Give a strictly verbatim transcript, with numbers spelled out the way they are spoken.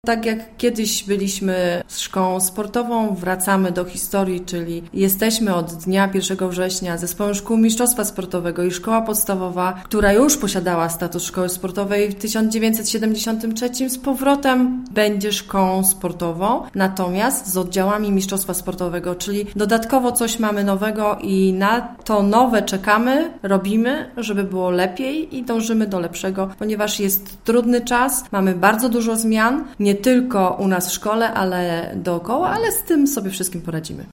Tak jak kiedyś byliśmy szkołą sportową, wracamy do historii, czyli jesteśmy od dnia pierwszego września zespołem szkół mistrzostwa sportowego i szkoła podstawowa, która już posiadała status szkoły sportowej w tysiąc dziewięćset siedemdziesiątym trzecim, z powrotem będzie szkołą sportową, natomiast z oddziałami mistrzostwa sportowego, czyli dodatkowo coś mamy nowego i na to nowe czekamy, robimy, żeby było lepiej i dążymy do lepszego, ponieważ jest trudny czas, mamy bardzo dużo zmian, nie tylko u nas w szkole, ale dookoła, ale z tym sobie wszystkim poradzimy.